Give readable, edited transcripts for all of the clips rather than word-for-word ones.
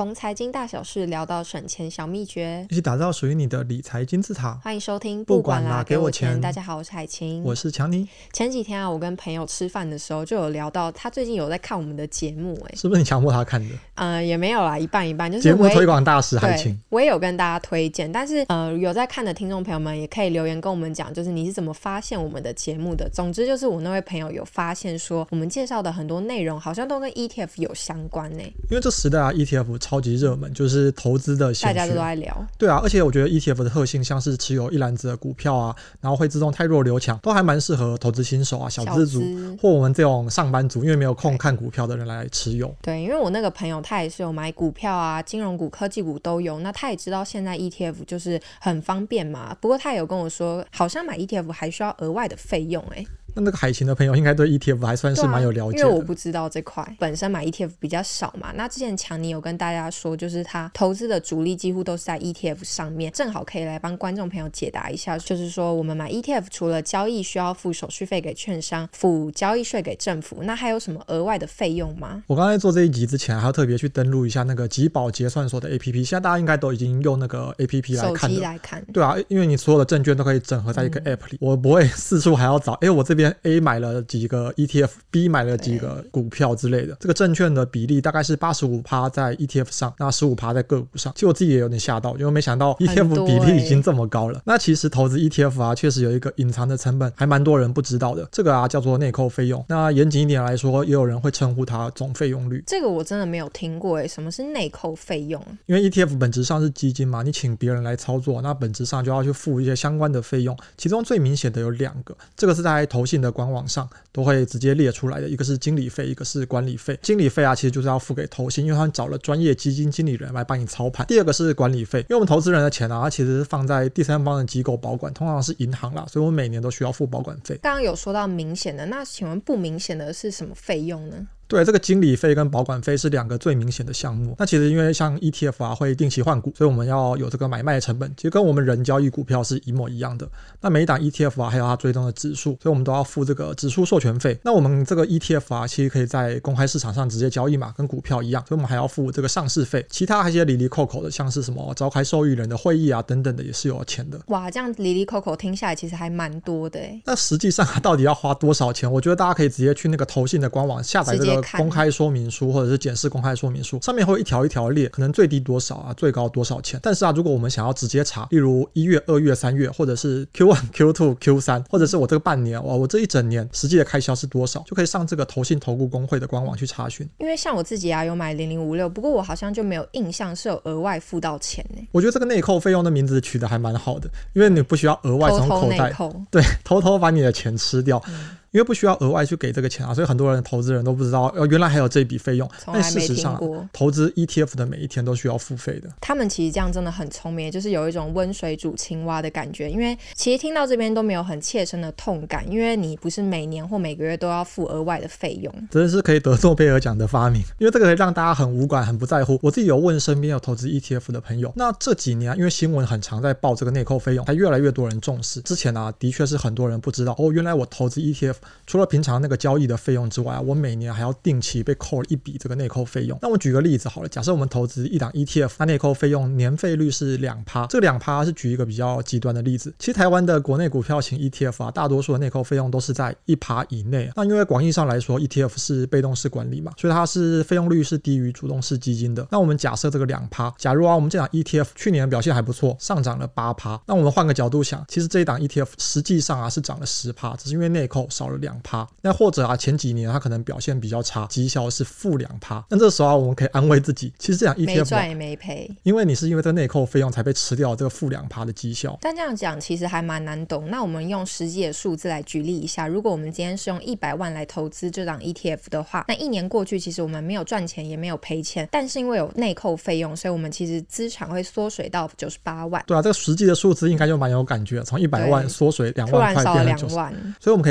从财经大小事聊到省钱小秘诀， 一起打造属于你的理财金字塔。 欢迎收听不管啦给我钱。 大家好，我是海晴， 我是强尼。 前几天我跟朋友吃饭的时候就有聊到他最近有在看我们的节目， 是不是你强迫他看的？ 也没有啦，一半一半，就是节目推广大使海晴。 我也有跟大家推荐，但是有在看的听众朋友们也可以留言跟我们讲，就是你是怎么发现我们的节目的。总之就是我那位朋友有发现说我们介绍的很多内容好像都跟 ETF 有相关耶。 因为这时代ETF 超级热门，就是投资的显学， 大家都在聊。 对啊，而且我觉得 ETF 的特性像是持有一篮子的股票啊，然后会自动汰弱留强，都还蛮适合投资新手啊、小资族或我们这种上班族因为没有空看股票的人来持有。 对，因为我那个朋友他也是有买股票啊，金融股、科技股都有，那他也知道现在 ETF 就是很方便嘛，不过他也有跟我说好像买 ETF 还需要额外的费用耶。 那个海晴的朋友应该对 ETF 还算是蛮有了解的。 因为我不知道这块，本身买 ETF 比较少嘛。那之前强尼有跟大家说，就是他投资的主力几乎都是在 ETF 上面，正好可以来帮观众朋友解答一下，就是说我们买 ETF 除了交易需要付手续费给券商，付交易税给政府，那还有什么额外的费用吗？ 我刚才做这一集之前还要特别去登录一下那个集保结算所的 APP， 现在大家应该都已经用那个 APP 来看了，手机来看。对啊，因为你所有的证券都可以整合在一个 App 里，我不会四处还要找我这边 A 买了几个 ETF， B 买了几个股票之类的，这个证券的比例大概是 85% 在 ETF 上，那 15% 在个股上。其实我自己也有点吓到，因为没想到 ETF 比例已经这么高了。那其实投资 ETF 确实有一个隐藏的成本，还蛮多人不知道的，这个叫做内扣费用。那严谨一点来说，也有人会称呼它总费用率。 这个我真的没有听过什么是内扣费用？ 因为 ETF 本质上是基金嘛，你请别人来操作，那本质上就要去付一些相关的费用，其中最明显的有2个，这个是在投信的官网上都会直接列出来的，一个是经理费，一个是管理费。经理费其实就是要付给投信，因为他们找了专业基金经理人来帮你操盘。第二个是管理费，因为我们投资人的钱它其实是放在第三方的机构保管，通常是银行啦，所以我们每年都需要付保管费。 刚刚有说到明显的，那请问不明显的是什么费用呢？ 对，这个经理费跟保管费是2个最明显的项目。那其实因为像 ETF 会定期换股，所以我们要有这个买卖的成本，其实跟我们人交易股票是一模一样的。那每一档 ETF 还有它追踪的指数，所以我们都要付这个指数授权费。那我们这个 ETF 其实可以在公开市场上直接交易嘛，跟股票一样，所以我们还要付这个上市费。其他一些里里扣扣的，像是什么召开受益人的会议等等的，也是有钱的。 哇，这样里里扣扣听下来其实还蛮多的耶。 那实际上到底要花多少钱？我觉得大家可以直接去那个投信的官网下载这个公开说明书或者是检视公开说明书，上面会一条一条列，可能最低多少最高多少钱。但是如果我们想要直接查，例如1月、2月、3月，或者是 Q1、Q2、Q3， 或者是我这个半年，我这一整年实际的开销是多少，就可以上这个投信投顾公会的官网去查询。 因为像我自己有买0056，不过我好像就没有印象是有额外付到钱耶。 我觉得这个内扣费用的名字取得还蛮好的，因为你不需要额外从口袋对偷偷把你的钱吃掉。因为不需要额外去给这个钱所以很多人投资人都不知道原来还有这笔费用。 从来没听过。但事实上投资 ETF 的每一天都需要付费的。 他们其实这样真的很聪明，就是有一种温水煮青蛙的感觉。因为其实听到这边都没有很切身的痛感，因为你不是每年或每个月都要付额外的费用。 真的是可以得诺贝尔奖的发明，因为这个可以让大家很无感很不在乎。我自己有问身边有投资 ETF 的朋友，那这几年因为新闻很常在报这个内扣费用，才越来越多人重视。之前的确是很多人不知道原来我投资 ETF 除了平常那个交易的费用之外我每年还要定期被扣了一笔这个内扣费用。那我举个例子好了，假设我们投资一档 ETF， 那内扣费用年费率是 2%， 这个 2% 是举一个比较极端的例子。其实台湾的国内股票型 ETF 大多数的内扣费用都是在 1% 以内。那因为广义上来说 ETF 是被动式管理嘛，所以它是费用率是低于主动式基金的。那我们假设这个 2%， 假如我们这档 ETF 去年的表现还不错，上涨了 8%， 那我们换个角度想，其实这一档 ETF 实际上是涨了 10%， 只是因为内扣少了 2%。那或者前几年它可能表现比较差，绩效是负 2%， 那这时候我们可以安慰自己，其实这样 ETF 没赚也没赔， 因为你是因为这个内扣费用才被吃掉这个负 2% 的绩效。 但这样讲其实还蛮难懂。那我们用实际的数字来举例一下，如果我们今天是用100万来投资这档 ETF 的话，那一年过去其实我们没有赚钱也没有赔钱，但是因为有内扣费用，所以我们其实资产会缩水到98万。 对啊，这个实际的数字应该就蛮有感觉，从100万缩水2万块变成90万。所以我们可以这样子理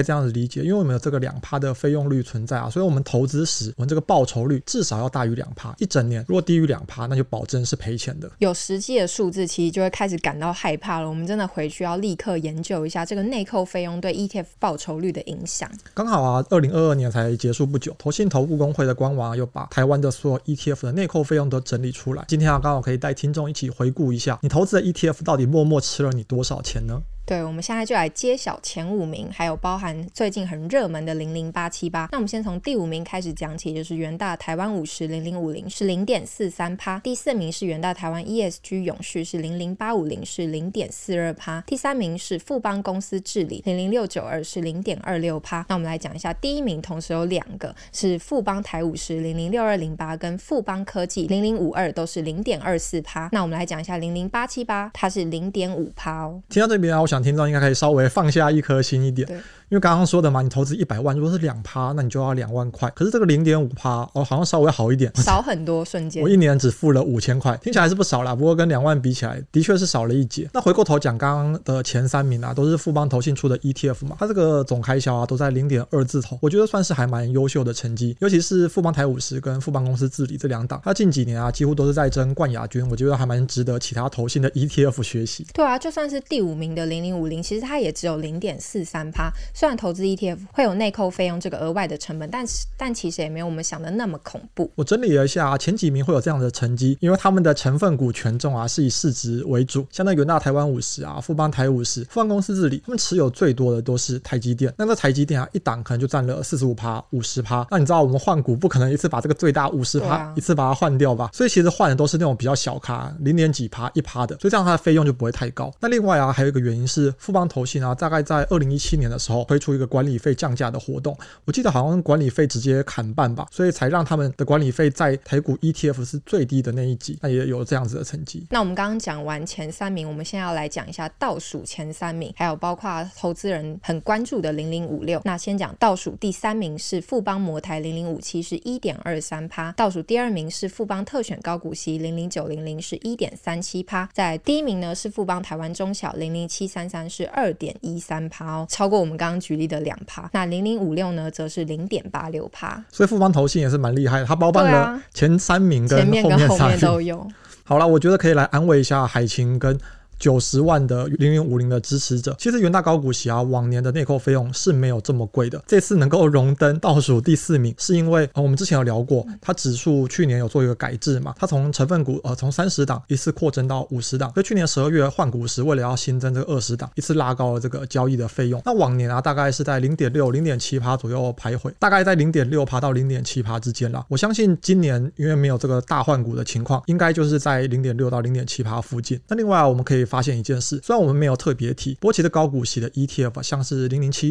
理解，因为我们有这个 2% 的费用率存在啊，所以我们投资时我们这个报酬率至少要大于 2%， 一整年如果低于 2%， 那就保证是赔钱的。 有实际的数字其实就会开始感到害怕了，我们真的回去要立刻研究一下这个内扣费用对 ETF 报酬率的影响。 刚好啊2022年才结束不久，投信投顾公会的官网又把台湾的所有 ETF 的内扣费用都整理出来，今天刚好可以带听众一起回顾一下你投资的 ETF 到底默默吃了你多少钱呢？ 对，我们现在就来揭晓前5名，还有包含最近很热门的00878。那我们先从第5名开始讲起，就是元大台湾50 0050是 0.43%， 第4名是元大台湾 ESG 永续是00850是 0.42%， 第3名是富邦公司治理00692是 0.26%。 那我们来讲一下第1名，同时有2个是富邦台50 006208跟富邦科技0052都是 0.24%。 那我们来讲一下00878，它是 0.5% 哦。 听到这边我想听众应该可以稍微放下一颗心一点， 对， 因为刚刚说的嘛，你投资100万，如果是 2%， 那你就要2万块，可是这个 0.5% 好像稍微好一点， 少很多瞬间。 我一年只付了5000块，听起来还是不少啦，不过跟2万比起来的确是少了一截。那回过头讲刚刚的前3名啊，都是富邦投信出的 ETF 嘛，它这个总开销啊都在 0.2 字头，我觉得算是还蛮优秀的成绩，尤其是富邦台50跟富邦公司治理这2档，它近几年啊几乎都是在争冠亚军，我觉得还蛮值得其他投信的 ETF 学习。 对啊，就算是第5名的0050，其实它也只有 0.43%， 虽然投资 ETF 会有内扣费用这个额外的成本，但其实也没有我们想的那么恐怖。 我整理了一下前几名会有这样的成绩，因为他们的成分股权重啊是以市值为主，像那元大台湾50啊、富邦台50、富邦公司治理，他们持有最多的都是台积电。那这台积电啊一档可能就占了 45%、50%， 那你知道我们换股不可能一次把这个最大 50%、一次把它换掉吧，所以其实换的都是那种比较小咖 0. 几%、1% 的，所以这样它的费用就不会太高。那另外啊还有一个原因是富邦投信啊大概在2017年的时候推出一个管理费降价的活动，我记得好像管理费直接砍半吧，所以才让他们的管理费在台股 ETF 是最低的那一级，那也有这样子的成绩。 那我们刚刚讲完前3名，我们现在要来讲一下倒数前3名，还有包括投资人很关注的0056。那先讲倒数第3名是富邦摩台0057是 1.23%， 倒数第2名是富邦特选高股息00900是 1.37%， 再来第1名呢是富邦台湾中小00733是 2.13% 哦，超过我们刚刚举例的2%。那0056呢则是 0.86%， 所以富邦投信也是蛮厉害的，他包办了前3名跟前面跟后面都有。 好啦，我觉得可以来安慰一下海晴跟90万的0050的支持者。其实元大高股息啊往年的内扣费用是没有这么贵的，这次能够荣登倒数第4名是因为我们之前有聊过，它指数去年有做一个改制嘛，它从成分股从30档一次扩增到50档，所以去年12月换股时为了要新增这个20档，一次拉高了这个交易的费用。那往年啊大概是在 0.6 0.7% 左右徘徊，大概在 0.6% 到 0.7% 之间啦。我相信今年因为没有这个大换股的情况，应该就是在 0.6 到 0.7% 附近。那另外我们可以发现一件事，虽然我们没有特别提，不过其实高股息的 ETF 像是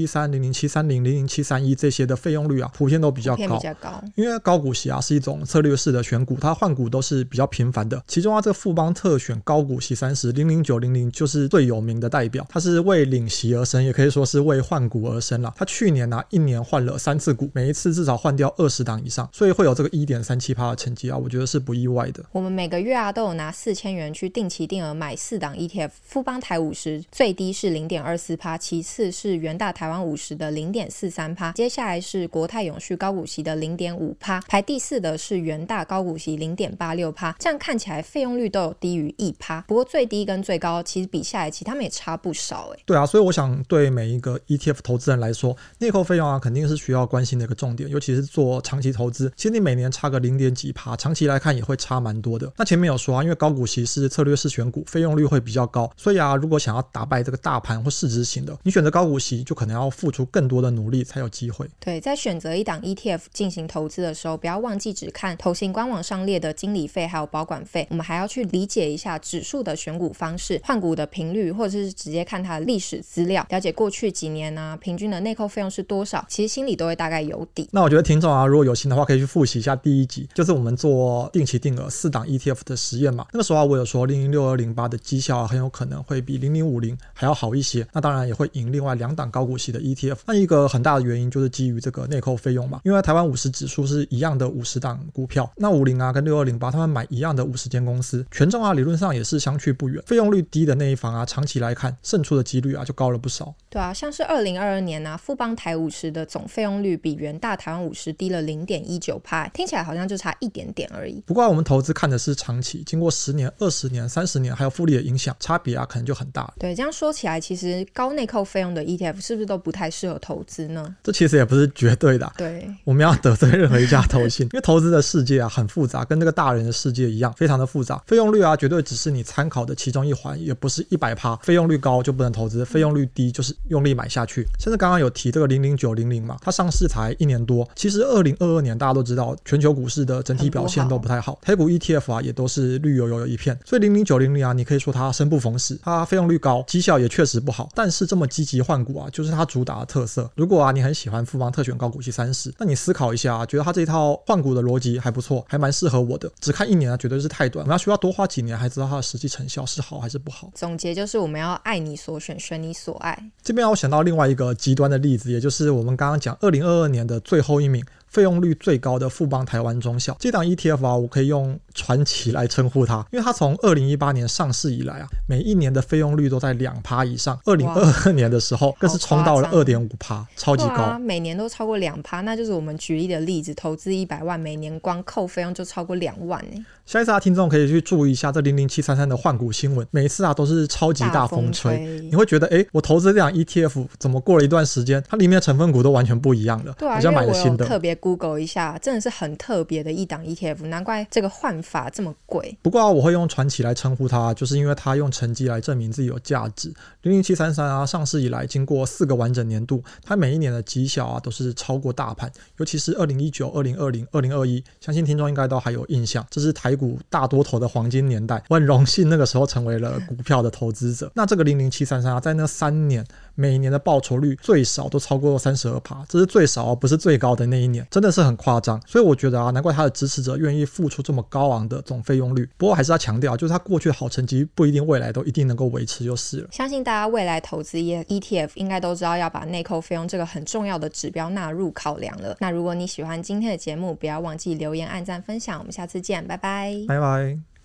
00713、00730、00731这些的费用率啊普遍都比较高，因为高股息啊是一种策略式的选股，它换股都是比较频繁的。其中啊这个富邦特选高股息30 00900就是最有名的代表，它是为领息而生，也可以说是为换股而生啦。它去年啊一年换了3次股，每一次至少换掉20档以上，所以会有这个 1.37% 的成绩啊，我觉得是不意外的。 我们每个月啊都有拿4000元去定期定额买4档 ETF，富邦台50最低是 0.24%， 其次是元大台湾50的 0.43%， 接下来是国泰永续高股息的 0.5%， 排第4的是元大高股息 0.86%， 这样看起来费用率都有低于 1%， 不过最低跟最高其实比下来其实他们也差不少对啊，所以我想对每一个 ETF 投资人来说，内扣费用啊肯定是需要关心的一个重点，尤其是做长期投资，其实你每年差个 0. 几%，长期来看也会差蛮多的。那前面有说啊，因为高股息是策略式选股，费用率会比较高，所以啊如果想要打败这个大盘或市值型的，你选择高股息就可能要付出更多的努力才有机会。 对，在选择一档 ETF 进行投资的时候，不要忘记只看投信官网上列的经理费还有保管费，我们还要去理解一下指数的选股方式、换股的频率，或者是直接看它的历史资料，了解过去几年啊平均的内扣费用是多少，其实心里都会大概有底。 那我觉得听众啊如果有心的话可以去复习一下第1集，就是我们做定期定额4档 ETF 的实验嘛。那个时候啊我有说0060208的绩效很有可能会比0050还要好一些，那当然也会赢另外2档高股息的 ETF。 那一个很大的原因就是基于这个内扣费用嘛，因为台湾50指数是一样的50档股票，那50啊跟6208他们买一样的50间公司，权重啊理论上也是相去不远，费用率低的那一方啊长期来看胜出的几率啊就高了不少。 对啊，像是2022年啊，富邦台50的总费用率比元大台湾50低了 0.19%， 听起来好像就差一点点而已。 不过我们投资看的是长期，经过10年、20年、30年还有复利的影响，差别啊可能就很大了。 对，这样说起来，其实高内扣费用的 ETF 是不是都不太适合投资呢？ 这其实也不是绝对的啊， 对， 我们要得罪任何一家投信，因为投资的世界啊很复杂，跟那个大人的世界一样，非常的复杂。费用率啊绝对只是你参考的其中一环，也不是100%，费用率高就不能投资，费用率低就是用力买下去。甚至刚刚有提这个00900嘛，它上市才1年多，其实2022年大家都知道全球股市的整体表现都不太好，台股 ETF 啊也都是绿油油的一片，所以00900啊你可以说它生不逢时，它费用率高，绩效也确实不好，但是这么积极换股啊就是它主打的特色。如果啊你很喜欢富邦特选高股息30，那你思考一下啊，觉得它这一套换股的逻辑还不错，还蛮适合我的，只看1年啊绝对是太短，我们要需要多花几年还知道它的实际成效是好还是不好。 总结就是我们要爱你所选，选你所爱。 这边我想到另外一个极端的例子，也就是我们刚刚讲2022年的最后一名费用率最高的富邦台湾中小，这档 ETF 啊我可以用传奇来称呼它，因为它从2018年上市以来啊每一年的费用率都在 2% 以上，2022年的时候更是冲到了 2.5%， 超级高， 每年都超过 2%， 那就是我们举例的例子，投资100万，每年光扣费用就超过2万耶。 下一次啊听众可以去注意一下这00733的换股新闻，每一次啊都是超级大风吹，你会觉得我投资这档 ETF 怎么过了一段时间它里面的成分股都完全不一样了。 对啊， 好像买了新的， 因为我有特别 Google 一下，真的是很特别的一档 ETF， 难怪这个换法这么贵。 不过啊我会用传奇来称呼它，就是因为它用成绩来证明自己有价值。00733啊上市以来经过4个完整年度，它每一年的绩效啊都是超过大盘，尤其是2019、2020、2021，相信听众应该都还有印象，这是台股大多头的黄金年代，我很荣幸那个时候成为了股票的投资者。那这个00733啊在那3年每年的报酬率最少都超过 32%， 这是最少不是最高的那一年，真的是很夸张。所以我觉得啊难怪他的支持者愿意付出这么高昂的总费用率。不过还是要强调，就是他过去的好成绩不一定未来都一定能够维持就是了。 相信大家未来投资 ETF 应该都知道要把内扣费用这个很重要的指标纳入考量了。那如果你喜欢今天的节目，不要忘记留言、按赞、分享，我们下次见，拜拜。 拜拜。